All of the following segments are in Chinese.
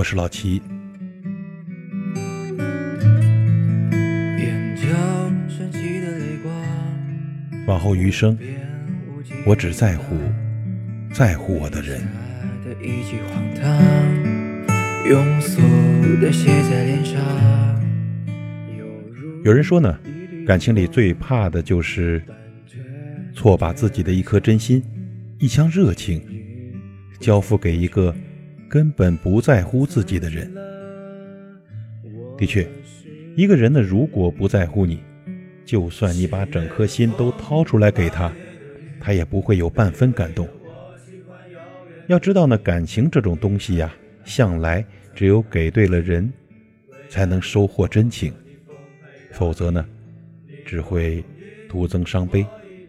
我是老齐。往后余生，我只在乎我的人。有人说呢，感情里最怕的就是错把自己的一颗真心、一腔热情交付给一个根本不在乎自己的人。的确，一个人呢，如果不在乎你，就算你把整颗心都掏出来给他，他也不会有半分感动。要知道呢，感情这种东西呀，向来只有给对了人，才能收获真情，否则呢，只会徒增伤悲。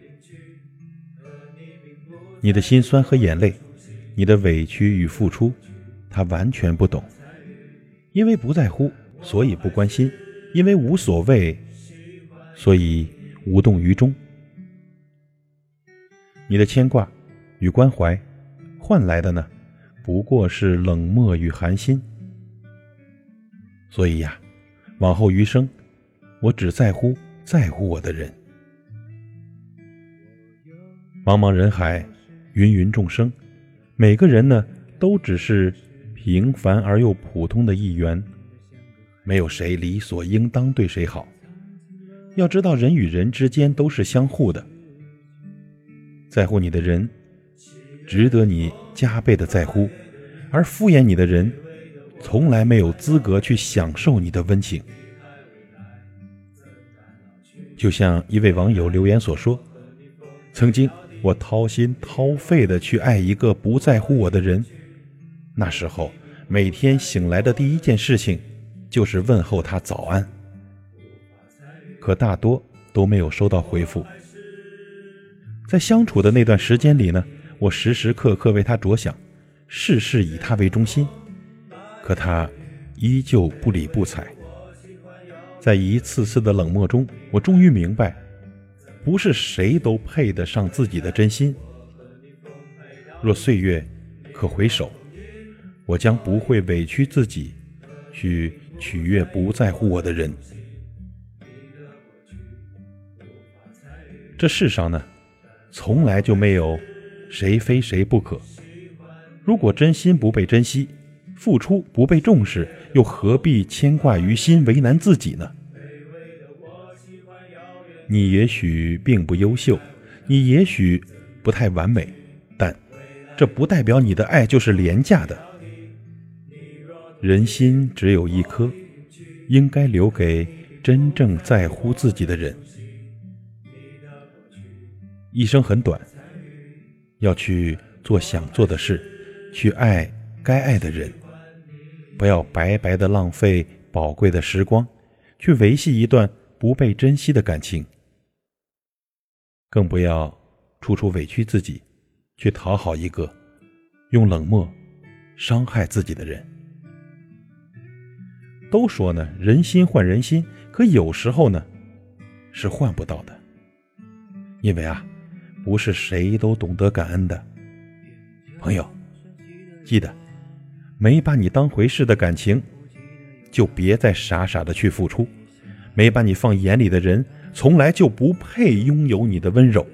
你的心酸和眼泪，你的委屈与付出，他完全不懂。因为不在乎，所以不关心；因为无所谓，所以无动于衷。你的牵挂与关怀换来的呢，不过是冷漠与寒心。所以呀，往后余生，我只在乎我的人。茫茫人海，芸芸众生，每个人呢，都只是平凡而又普通的一员，没有谁理所应当对谁好。要知道，人与人之间都是相互的，在乎你的人值得你加倍的在乎，而敷衍你的人从来没有资格去享受你的温情。就像一位网友留言所说，曾经我掏心掏肺的去爱一个不在乎我的人，那时候每天醒来的第一件事情就是问候他早安，可大多都没有收到回复。在相处的那段时间里呢，我时时刻刻为他着想，事事以他为中心，可他依旧不理不睬。在一次次的冷漠中，我终于明白，不是谁都配得上自己的真心。若岁月可回首，我将不会委屈自己去取悦不在乎我的人。这世上呢，从来就没有谁非谁不可。如果真心不被珍惜，付出不被重视，又何必牵挂于心，为难自己呢？你也许并不优秀，你也许不太完美，但这不代表你的爱就是廉价的。人心只有一颗，应该留给真正在乎自己的人。一生很短，要去做想做的事，去爱该爱的人，不要白白的浪费宝贵的时光，去维系一段不被珍惜的感情，更不要处处委屈自己，去讨好一个用冷漠伤害自己的人。都说呢，人心换人心，可有时候呢，是换不到的。因为啊，不是谁都懂得感恩的。朋友，记得，没把你当回事的感情，就别再傻傻的去付出；没把你放眼里的人，从来就不配拥有你的温柔。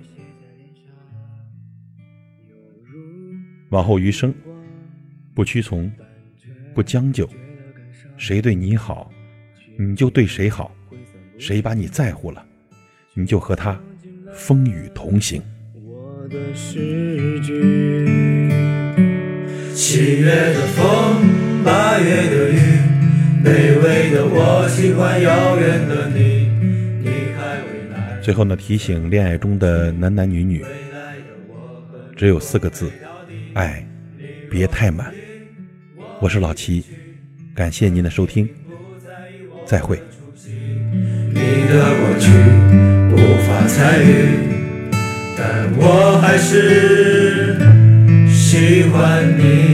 往后余生，不屈从，不将就，谁对你好，你就对谁好；谁把你在乎了，你就和他风雨同行。 我的诗句，7月的风，8月的雨，卑微的我喜欢遥远的你，你还未来。 最后呢，提醒恋爱中的男男女女，只有4个字：爱别太满。我是老齐，感谢您的收听，再会。 你的过去无法参与，但我还是喜欢你。